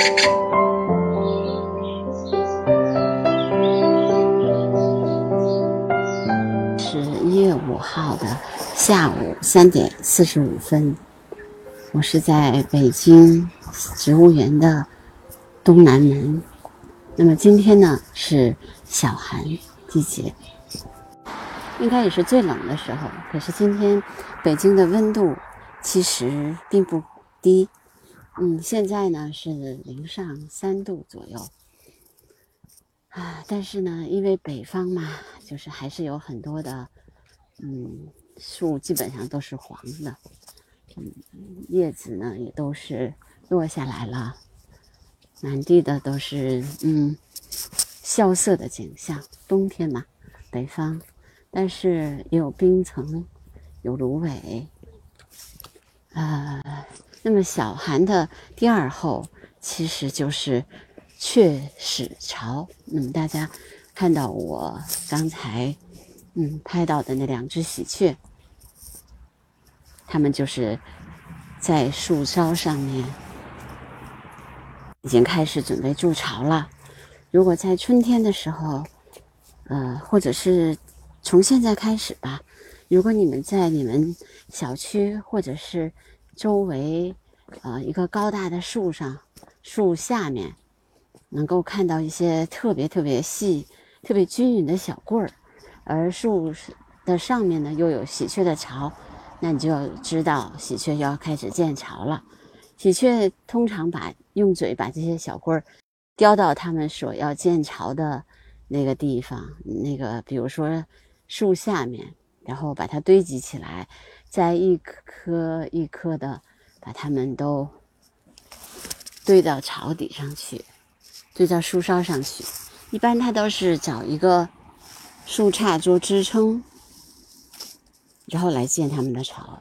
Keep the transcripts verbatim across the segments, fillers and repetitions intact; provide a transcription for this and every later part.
是一月五号的下午三点四十五分，我是在北京植物园的东南门。那么今天呢是小寒季节，应该也是最冷的时候，可是今天北京的温度其实并不低，嗯，现在呢是零上三度左右啊。但是呢，因为北方嘛，就是还是有很多的，嗯，树基本上都是黄的，嗯，叶子呢也都是落下来了，满地的都是嗯萧瑟的景象。冬天嘛，北方，但是也有冰层，有芦苇。呃，那么小寒的第二候其实就是雀始巢。那么大家看到我刚才嗯拍到的那两只喜鹊，它们就是在树梢上面已经开始准备筑巢了。如果在春天的时候，呃，或者是从现在开始吧，如果你们在你们小区或者是周围呃一个高大的树上，树下面能够看到一些特别特别细、特别均匀的小棍儿，而树的上面呢又有喜鹊的巢，那你就要知道喜鹊要开始建巢了。喜鹊通常把用嘴把这些小棍儿叼到它们所要建巢的那个地方，那个比如说树下面，然后把它堆积起来，再一颗一颗的把它们都堆到巢底上去，堆到树梢上去。一般它都是找一个树杈做支撑，然后来建它们的巢。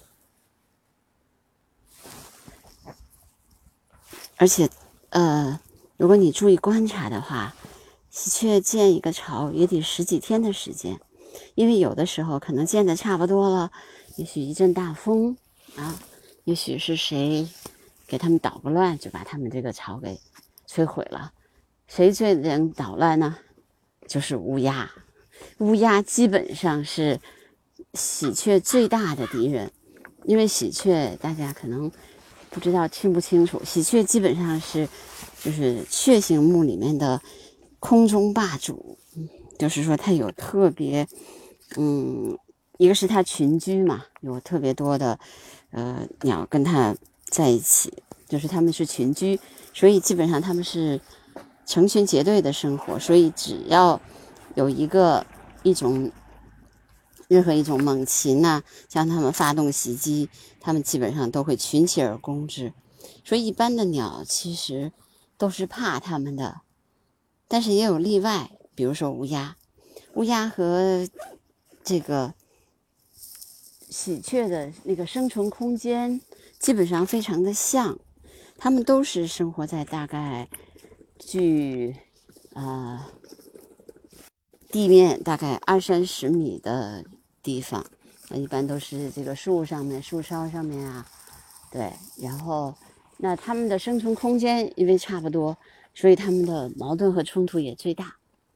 而且呃，如果你注意观察的话，喜鹊建一个巢也得十几天的时间，因为有的时候可能建的差不多了，也许一阵大风啊，也许是谁给他们捣个乱，就把他们这个巢给摧毁了。谁最能捣乱呢？就是乌鸦。乌鸦基本上是喜鹊最大的敌人，因为喜鹊大家可能不知道清不清楚，喜鹊基本上是就是雀形目里面的空中霸主，就是说它有特别嗯，一个是它群居嘛，有特别多的呃鸟跟它在一起，就是它们是群居，所以基本上它们是成群结队的生活，所以只要有一个一种任何一种猛禽呐、啊，向它们发动袭击，它们基本上都会群起而攻之。所以一般的鸟其实都是怕它们的，但是也有例外，比如说乌鸦。乌鸦和这个喜鹊的那个生存空间基本上非常的像，它们都是生活在大概距呃地面大概二三十米的地方，那一般都是这个树上面、树梢上面啊，对，然后那它们的生存空间因为差不多，所以它们的矛盾和冲突也最大。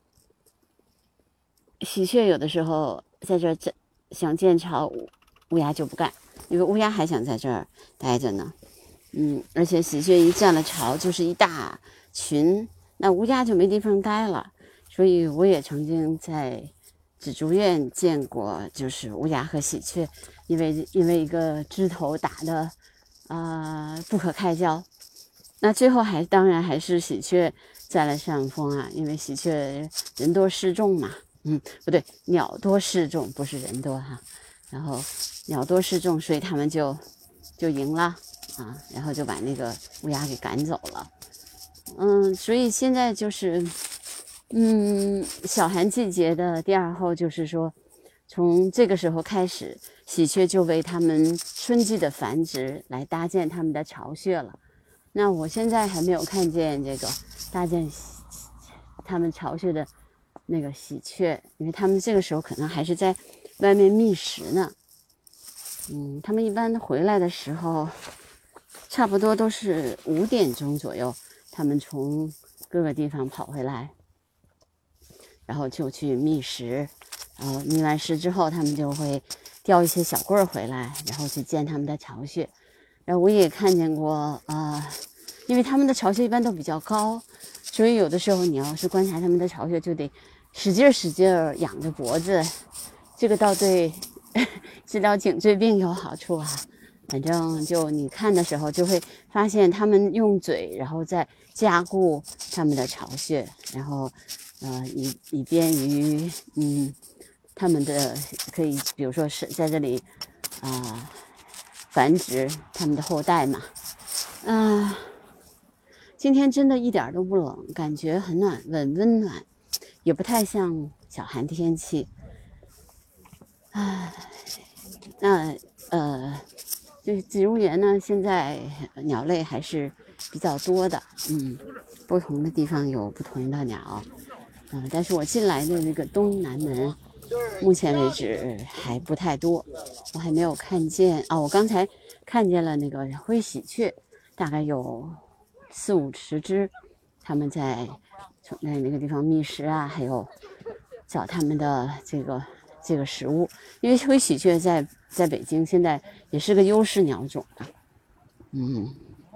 喜鹊有的时候在这儿想建巢，乌鸦就不干，因为乌鸦还想在这儿待着呢。嗯，而且喜鹊一建了巢就是一大群，那乌鸦就没地方待了。所以我也曾经在紫竹院见过，就是乌鸦和喜鹊因为因为一个枝头打的呃不可开交。那最后还当然还是喜鹊占了上风啊，因为喜鹊人多势众嘛。嗯，不对，鸟多势众，不是人多哈。然后鸟多势众，所以他们就就赢了啊，然后就把那个乌鸦给赶走了。嗯，所以现在就是，嗯，小寒季节的第二候，就是说，从这个时候开始，喜鹊就为他们春季的繁殖来搭建他们的巢穴了。那我现在还没有看见这个搭建他们巢穴的那个喜鹊，因为他们这个时候可能还是在外面觅食呢。嗯，他们一般回来的时候，差不多都是五点钟左右它们从各个地方跑回来，然后就去觅食，然后觅完食之后，它们就会叼一些小棍儿回来，然后去见它们的巢穴。然后我也看见过啊、呃，因为它们的巢穴一般都比较高，所以有的时候你要是观察它们的巢穴，就得使劲使劲仰着脖子，这个倒对治疗颈椎病有好处啊。反正就你看的时候，就会发现它们用嘴，然后再加固它们的巢穴，然后呃以以便于嗯它们的可以，比如说是在这里啊、呃、繁殖它们的后代嘛。啊、呃，今天真的一点都不冷，感觉很暖温温暖，也不太像小寒天气。唉，那呃。就是植物园呢，现在鸟类还是比较多的，嗯，不同的地方有不同的鸟，嗯、呃，但是我进来的那个东南门，目前为止还不太多，我还没有看见啊、哦，我刚才看见了那个灰喜鹊，大概有四五十只，它们在在那个地方觅食啊，还有找它们的这个这个食物，因为灰喜鹊在。在北京现在也是个优势鸟种啊，嗯，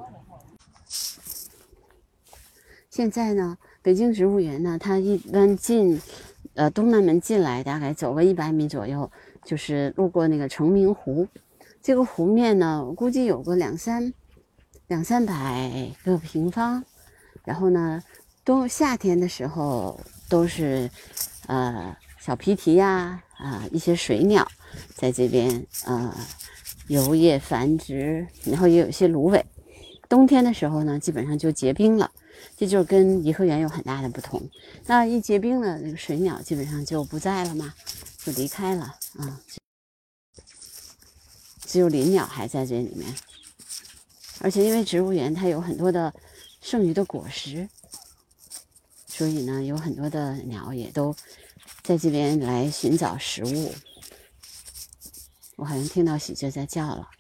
现在呢，北京植物园呢，它一般进，呃，东南门进来，大概走个一百米左右，就是路过那个成明湖，这个湖面呢，我估计有个两三两三百个平方，然后呢，冬夏天的时候都是，呃，小皮蹄呀，啊、呃，一些水鸟。在这边呃游曳繁殖，然后也有一些芦苇。冬天的时候呢，基本上就结冰了，这就跟颐和园有很大的不同。那一结冰了，那个水鸟基本上就不在了嘛，就离开了啊。只有林鸟还在这里面，而且因为植物园它有很多的剩余的果实，所以呢，有很多的鸟也都在这边来寻找食物。我好像听到喜鹊在叫了。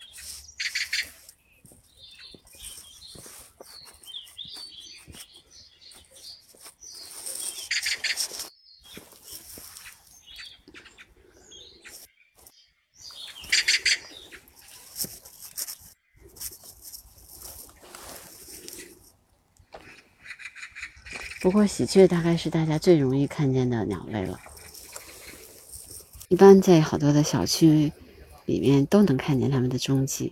不过喜鹊大概是大家最容易看见的鸟类了，一般在好多的小区里面都能看见它们的踪迹。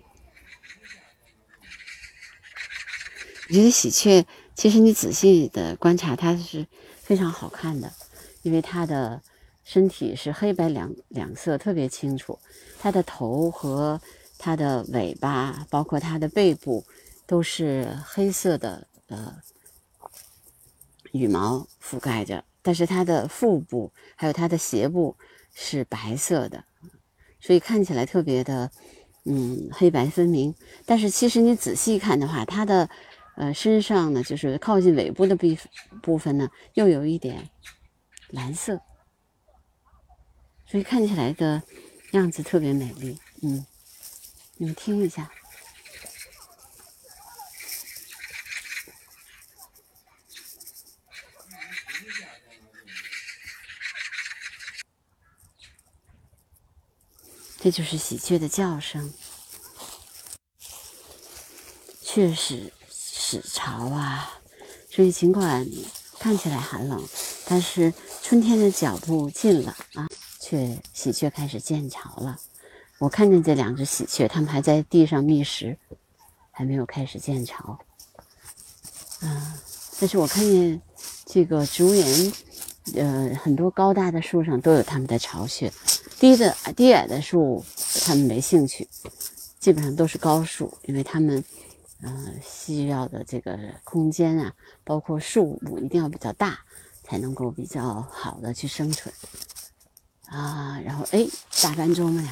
我觉得喜鹊其实你仔细的观察，它是非常好看的，因为它的身体是黑白两两色特别清楚，它的头和它的尾巴，包括它的背部都是黑色的呃羽毛覆盖着，但是它的腹部还有它的胁部是白色的，所以看起来特别的嗯黑白分明。但是其实你仔细看的话，它的呃身上呢，就是靠近尾部的部部分呢，又有一点蓝色，所以看起来的样子特别美丽。嗯，你们听一下。这就是喜鹊的叫声，确实始潮啊！所以尽管看起来寒冷，但是春天的脚步近了啊，却喜鹊开始建巢了。我看见这两只喜鹊，它们还在地上觅食，还没有开始建巢。嗯，但是我看见这个植物园，呃，很多高大的树上都有它们的巢穴。低的低矮的树，它们没兴趣，基本上都是高树，因为它们，呃，需要的这个空间啊，包括树木一定要比较大，才能够比较好的去生存。啊，然后哎，大斑啄木鸟，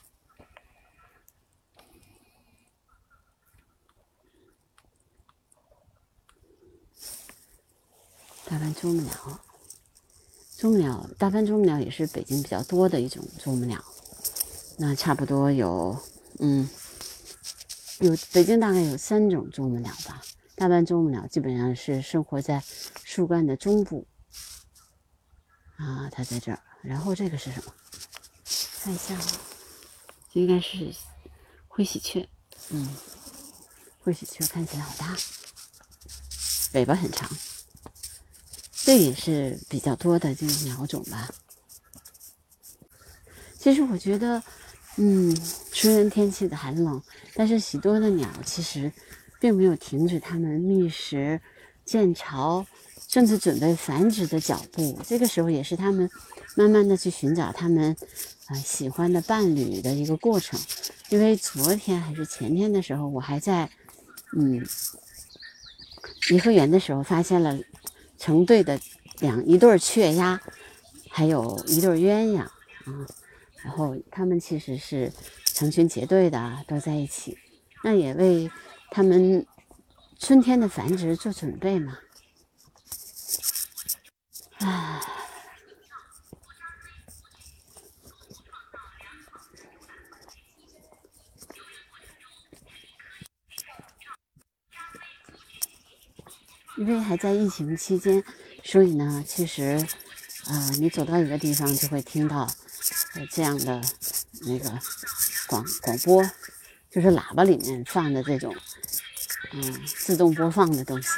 大斑啄木鸟。啄木鸟，大斑啄木鸟也是北京比较多的一种啄木鸟。那差不多有，嗯，有北京大概有三种啄木鸟吧， 大斑啄木鸟基本上是生活在树干的中部啊，它在这儿。然后这个是什么？看一下啊，这应该是灰喜鹊，嗯，灰喜鹊看起来好大，尾巴很长。这也是比较多的这个鸟种吧。其实我觉得，嗯，虽然天气的寒冷，但是许多的鸟其实并没有停止它们觅食、建巢，甚至准备繁殖的脚步。这个时候也是它们慢慢的去寻找它们啊、呃、喜欢的伴侣的一个过程。因为昨天还是前天的时候，我还在嗯颐和园的时候发现了成对的两一对雀鸭，还有一对鸳鸯啊。然后它们其实是成群结队的，都在一起，那也为它们春天的繁殖做准备嘛。唉，因为还在疫情期间，所以呢，其实，呃，你走到一个地方就会听到呃这样的那个广广播，就是喇叭里面放的这种嗯自动播放的东西，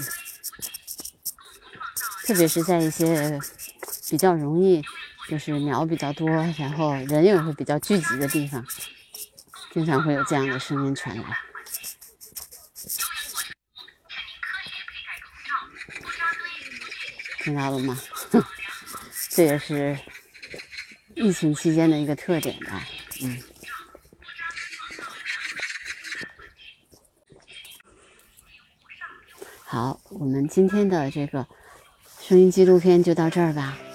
特别是在一些比较容易就是鸟比较多，然后人也会比较聚集的地方，经常会有这样的声音传来。听到了吗？这也是疫情期间的一个特点吧。嗯。好，我们今天的这个声音纪录片就到这儿吧。